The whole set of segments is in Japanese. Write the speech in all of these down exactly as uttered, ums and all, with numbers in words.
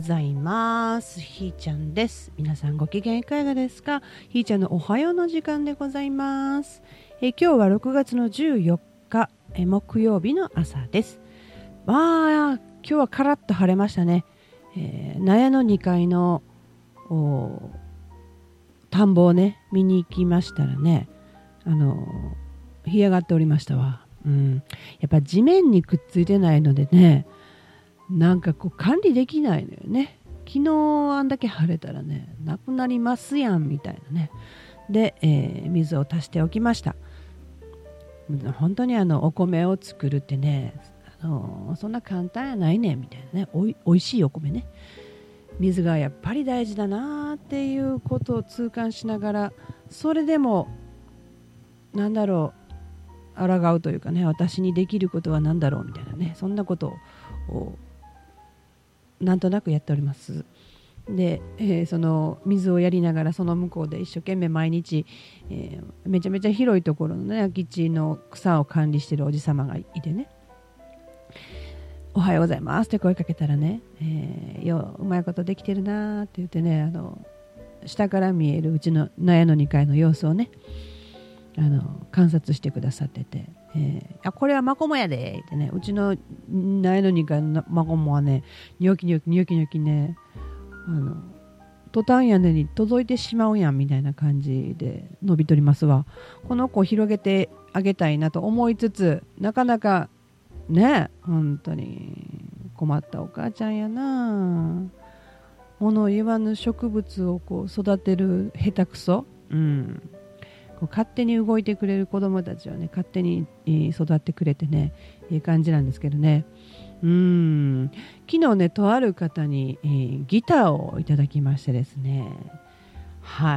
ございます。ひーちゃんです。皆さんご機嫌いかがですか？ひーちゃんのおはようの時間でございます。え今日はろくがつのじゅうよっかえ木曜日の朝です。まあ今日はカラッと晴れましたね。えー、納屋のにかいの田んぼをね見に行きましたらね、あの干上がっておりましたわ。うん、やっぱ地面にくっついてないのでね、なんかこう管理できないのよね。昨日あんだけ晴れたらねなくなりますやんみたいなね。で、えー、水を足しておきました。本当にあのお米を作るってね、あのそんな簡単やないねみたいなね。おい、おいしいお米ね、水がやっぱり大事だなっていうことを痛感しながら、それでもなんだろう抗うというかね、私にできることは何だろうみたいなね、そんなことをなんとなくやっております。で、えー、その水をやりながらその向こうで一生懸命毎日、えー、めちゃめちゃ広いところのね空き地の草を管理しているおじさまがいてね、おはようございますって声かけたらね、えー、よううまいことできてるなって言ってね、あの下から見えるうちの納屋のにかいの様子をねあの観察してくださってて、えー、あこれはマコモやでってね、うちの納屋のにかいのマコモはねニョキニョキニョキニョキね、あのトタン屋根に届いてしまうやんみたいな感じで伸びとりますわ。この子を広げてあげたいなと思いつつ、なかなかね本当に困ったお母ちゃんやな。物を言わぬ植物をこう育てる下手くそ、うん勝手に動いてくれる子供たちはね勝手に育ってくれてねいい感じなんですけどね。うーん昨日ねとある方に、えー、ギターをいただきましてですね、はい、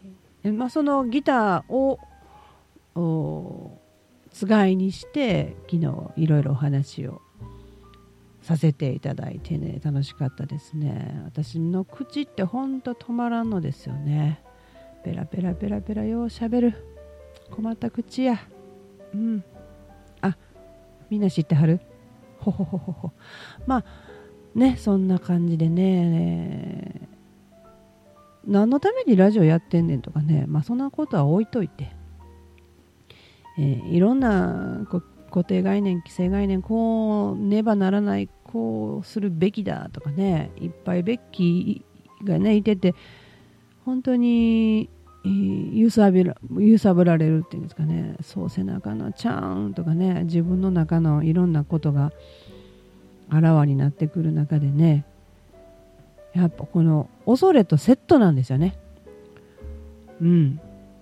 まあ、そのギターをつがいにして昨日いろいろお話をさせていただいてね楽しかったですね。私の口ってほんと止まらんのですよね。ペラペラペラペラようしゃべる困った口や。うんあみんな知ってはる？ほほほほほ。まあねそんな感じでね、何のためにラジオやってんねんとかね、まあそんなことは置いといて、えー、いろんなこ固定概念既成概念こうねばならないこうするべきだとかね、いっぱいベッキーがねいてて本当に揺さぶら、揺さぶられるっていうんですかね、そう背中のちゃーんとかね、自分の中のいろんなことがあらわになってくる中でね、やっぱこの恐れとセットなんですよね。うん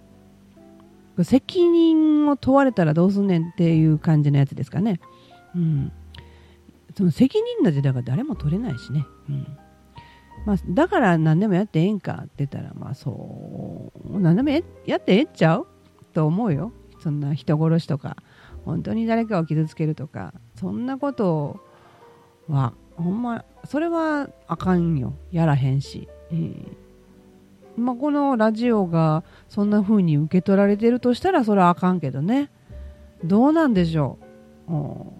責任を問われたらどうすんねんっていう感じのやつですかね。うんその責任なんてだから誰も取れないしね。うんまあ、だから何でもやってええんかって言ったら、まあそう何でもやってええっちゃうと思うよ。そんな人殺しとか本当に誰かを傷つけるとかそんなことはほんまそれはあかんよ、やらへんし、えーまあ、このラジオがそんな風に受け取られてるとしたらそれはあかんけどね、どうなんでしょう。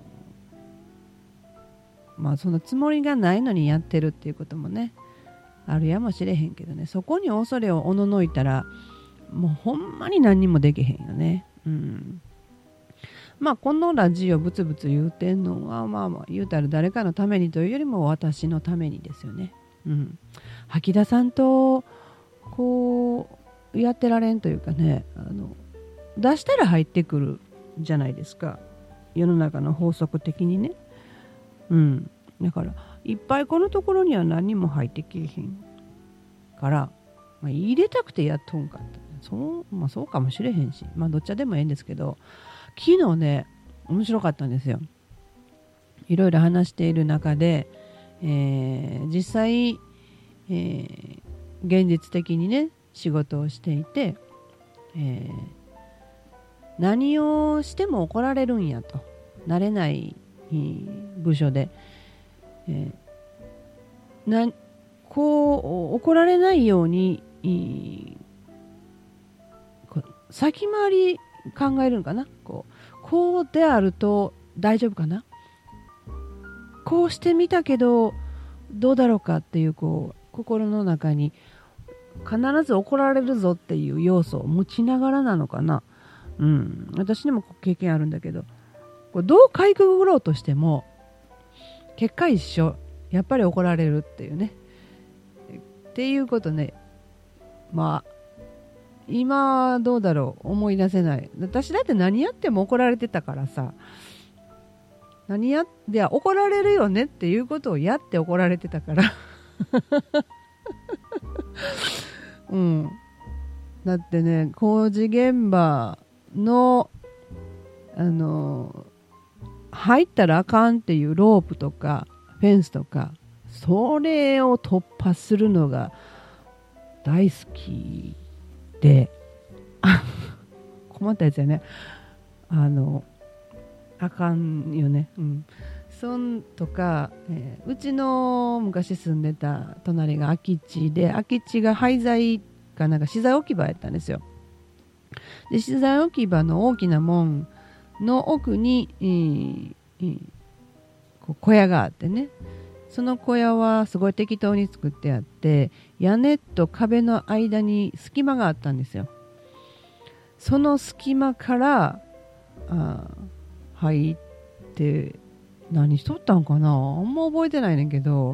まあそのつもりがないのにやってるっていうこともねあるやもしれへんけどね、そこに恐れをおののいたらもうほんまに何にもできへんよね。うんまあこのラジオブツブツ言うてんのはまあまあ言うたら誰かのためにというよりも私のためにですよね。うん吐き出さんとこうやってられんというかね、あの出したら入ってくるじゃないですか、世の中の法則的にね。うんだからいっぱいこのところには何も入ってけえへんから、まあ、入れたくてやっとんかってそう、まあ、そうかもしれへんし、まあどっちでもええんですけど、昨日ね面白かったんですよ。いろいろ話している中で、えー、実際、えー、現実的にね仕事をしていて、えー、何をしても怒られるんやと、慣れない部署で、えー、なこう怒られないように先回り考えるのかな、こうこうであると大丈夫かな、こうしてみたけどどうだろうかっていうこう心の中に必ず怒られるぞっていう要素を持ちながらなのかな、うん、私にも経験あるんだけど、こうどうかいくぐろうとしても結果一緒、やっぱり怒られるっていうね、っていうことね。まあ今どうだろう、思い出せない。私だって何やっても怒られてたからさ、何やって怒られるよねっていうことをやって怒られてたからうん、だってね、工事現場のあの入ったらあかんっていうロープとかフェンスとか、それを突破するのが大好きで困ったやつやね。あのあかんよね、うん、そんとか、えー、うちの昔住んでた隣が空き地で、空き地が廃材かなんか資材置き場やったんですよ。で資材置き場の大きな門の奥に、えーえー、こう小屋があってね、その小屋はすごい適当に作ってあって、屋根と壁の間に隙間があったんですよ。その隙間からあ入って何しとったんかな、あんま覚えてないねんけど、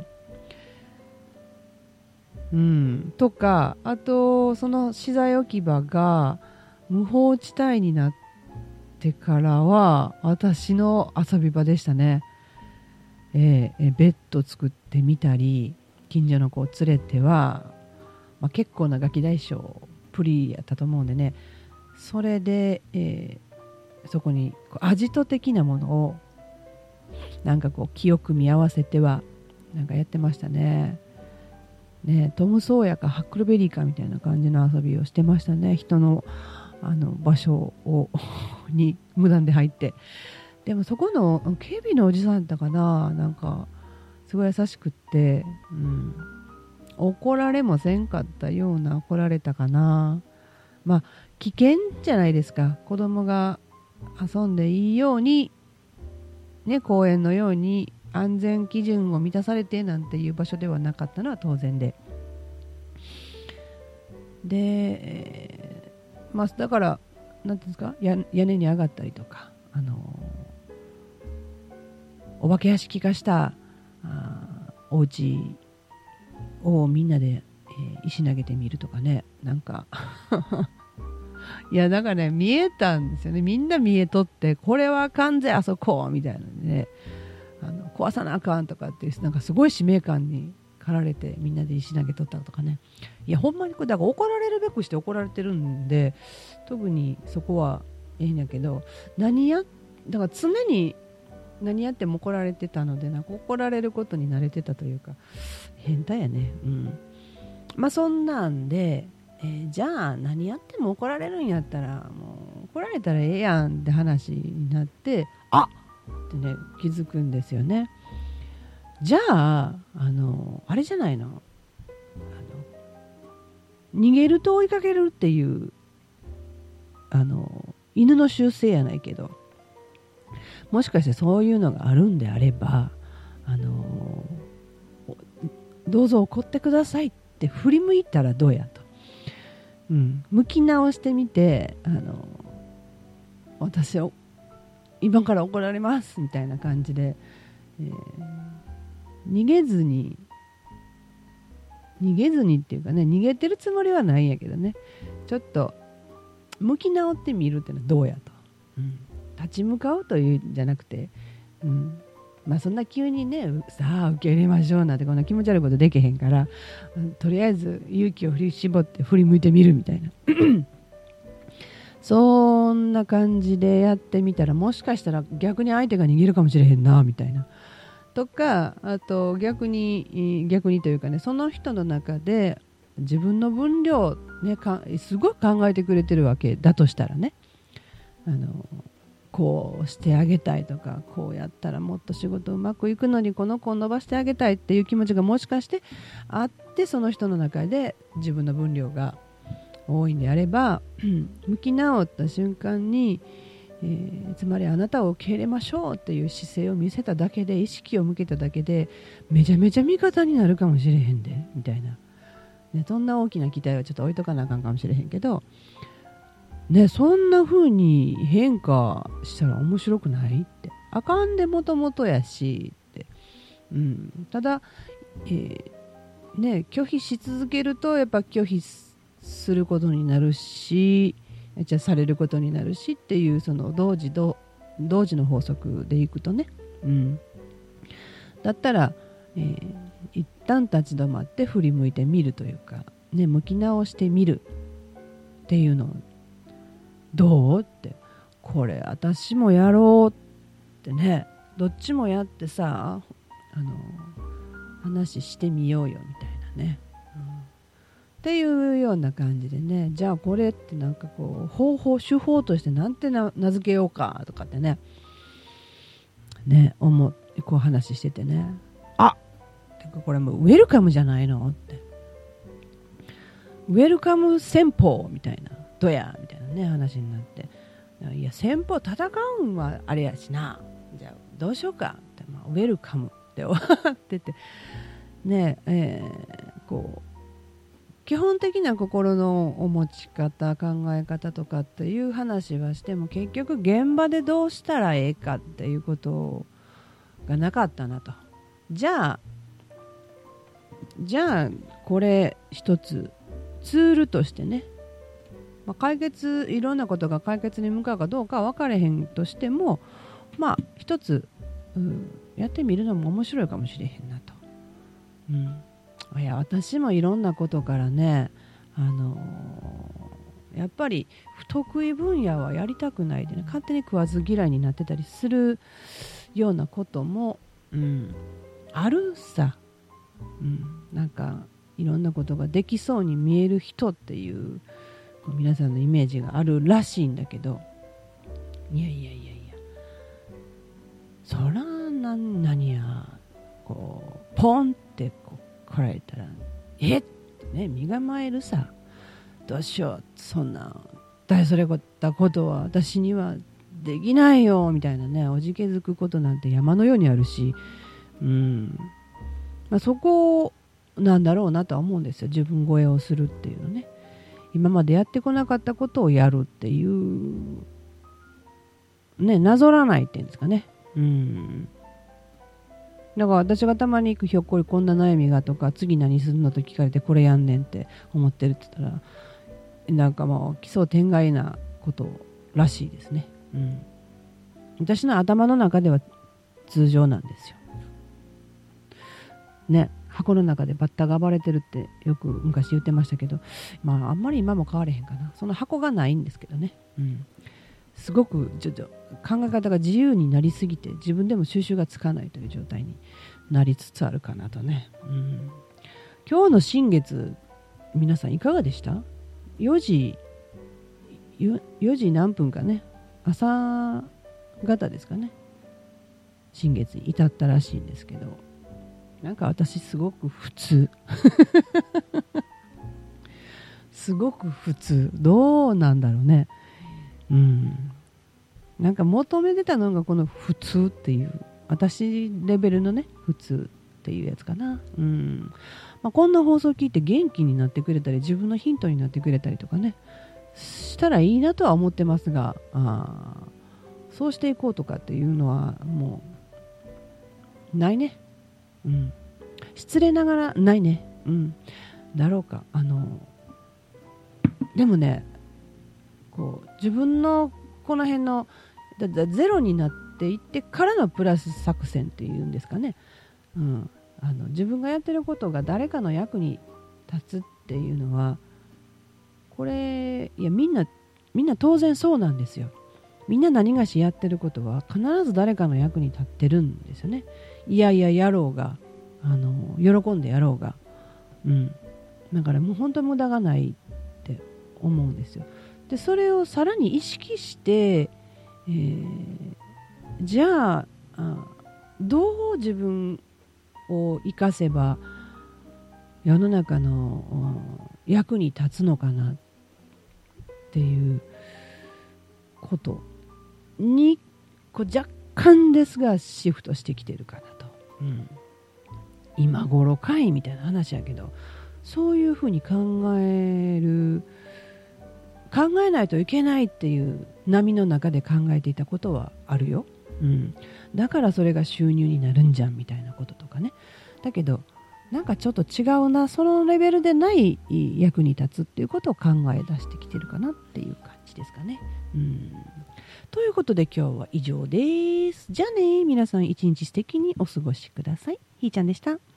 うんとか、あとその資材置き場が無法地帯になってからは私の遊び場でしたね。えー、ベッド作ってみたり、近所の子を連れては、まあ、結構なガキ大将プリやったと思うんでね、それで、えーそこにアジト的なものをなんかこう記憶見合わせてはなんかやってましたね。ね、トム・ソーヤかハックルベリーかみたいな感じの遊びをしてましたね。人のあの場所をに無断で入って。でもそこの警備のおじさんだったかな、なんかすごい優しくって、うん、怒られもせんかったような、怒られたかな。まあ危険じゃないですか、子供が遊んでいいように、ね、公園のように安全基準を満たされてなんていう場所ではなかったのは当然で、で、えーまあ、だからなんていうんですか、や屋根に上がったりとか、あのお化け屋敷化したあお家をみんなで、えー、石投げてみるとかね、なんかいやだからね、見えたんですよね。みんな見えとって、これはあかんぜあそこみたいなね、あの壊さなあかんとかっていう、なんかすごい使命感に駆られてみんなで石投げとったとかね。いやほんまにこれだから怒られるべくして怒られてるんで、特にそこはええんやけど、何やだから常に何やっても怒られてたので、なんか怒られることに慣れてたというか、変態やね。うん。まあそんなんで、えー、じゃあ何やっても怒られるんやったらもう怒られたらええやんって話になって、あってね気づくんですよね。じゃああのあれじゃないの、あの逃げると追いかけるっていうあの犬の習性やないけど、もしかしてそういうのがあるんであれば、あのどうぞ怒ってくださいって振り向いたらどうやと、うん、向き直してみて、あの私を今から怒られますみたいな感じで、えー、逃げずに逃げずにっていうかね、逃げてるつもりはないんやけどね、ちょっと向き直ってみるっていうのはどうやと、うん、立ち向かうというんじゃなくて、うん、まあそんな急にね、さあ受け入れましょうなんてこんな気持ち悪いことできへんから、とりあえず勇気を振り絞って振り向いてみるみたいなそんな感じでやってみたら、もしかしたら逆に相手が逃げるかもしれへんなみたいなとか、あと逆に逆にというかね、その人の中で自分の分量、ね、かすごい考えてくれてるわけだとしたらね、あのこうしてあげたいとか、こうやったらもっと仕事うまくいくのにこの子を伸ばしてあげたいっていう気持ちがもしかしてあって、その人の中で自分の分量が多いんであれば、向き直った瞬間に、ええー、つまりあなたを受け入れましょうっていう姿勢を見せただけで、意識を向けただけでめちゃめちゃ味方になるかもしれへんでみたいな、ね、そんな大きな期待はちょっと置いとかなあかんかもしれへんけど、ね、そんな風に変化したら面白くないって、あかんでもともとやしって、うん、ただ、えーね、拒否し続けるとやっぱ拒否することになるし、じゃあされることになるしっていう、その同時同同時の法則でいくとね、うん、だったら、えー、一旦立ち止まって振り向いてみるというか、ね、向き直してみるっていうのどうって、これ私もやろうってね、どっちもやってさ、あの話してみようよみたいなね、うん、っていうような感じでね、じゃあこれってなんかこう方法手法としてなんて 名, 名付けようかとかってねね思うこう話しててね、あなんかこれもうウェルカムじゃないのって、ウェルカム戦法みたいな、どやみたいなね話になって、いや戦法戦うんはあれやしな、じゃあどうしようかって、まあ、ウェルカムって終わっててねえ、えー、こう基本的な心のお持ち方、考え方とかっていう話はしても、結局現場でどうしたらええかっていうことがなかったなと。じゃあじゃあこれ一つツールとしてね、まあ、解決いろんなことが解決に向かうかどうかは分かれへんとしても、まあ一つ、うん、やってみるのも面白いかもしれへんなと、うん、いや私もいろんなことからね、あのー、やっぱり不得意分野はやりたくないでね、勝手に食わず嫌いになってたりするようなことも、うん、あるさ、うん、なんかいろんなことができそうに見える人っていう皆さんのイメージがあるらしいんだけど、いやいやいやいや、そらなん何やこうポンってこう来られたらえってね身構えるさ、どうしようそんな大それたことは私にはできないよみたいなね、おじけづくことなんて山のようにあるし、うん、まあ、そこなんだろうなとは思うんですよ。自分超えをするっていうのね、今までやってこなかったことをやるっていうね、なぞらないっていうんですかね、うん、だから私がたまに行くひょっこりこんな悩みがとか、次何するのと聞かれてこれやんねんって思ってるって言ったら、なんかもう奇想天外なことらしいですね、うん、私の頭の中では通常なんですよね。箱の中でバッタが暴れてるってよく昔言ってましたけど、まああんまり今も変われへんかな。その箱がないんですけどね、うん、すごくちょっと考え方が自由になりすぎて自分でも収集がつかないという状態になりつつあるかなとね、うん、今日の新月皆さんいかがでした？よじよじ何分かね、朝方ですかね、新月に至ったらしいんですけど、なんか私すごく普通すごく普通、どうなんだろうね、うん、なんか求めてたのがこの普通っていう、私レベルのね普通っていうやつかな、うん、まあ、こんな放送聞いて元気になってくれたり自分のヒントになってくれたりとかねしたらいいなとは思ってますが、あそうしていこうとかっていうのはもうないね、うん、失礼ながらないね、うん、だろうか。あのでもね、こう自分のこの辺のだだゼロになっていってからのプラス作戦っていうんですかね、うん、あの自分がやってることが誰かの役に立つっていうのは、これいやみんなみんな当然そうなんですよ。みんな何がしやってることは必ず誰かの役に立ってるんですよね。いやいややろうが、あの喜んでやろうが、うん、だからもう本当に無駄がないって思うんですよ。でそれをさらに意識して、えー、じゃあ、あどう自分を生かせば世の中の役に立つのかなっていうことにこう若干ですがシフトしてきてるかなと、うん、今頃かいみたいな話やけど、そういうふうに考える考えないといけないっていう波の中で考えていたことはあるよ、うん、だからそれが収入になるんじゃんみたいなこととかね。だけどなんかちょっと違うな、そのレベルでない役に立つっていうことを考え出してきてるかなっていう感じですかね。うん、ということで今日は以上です。じゃあね、皆さん一日素敵にお過ごしください。ひーちゃんでした。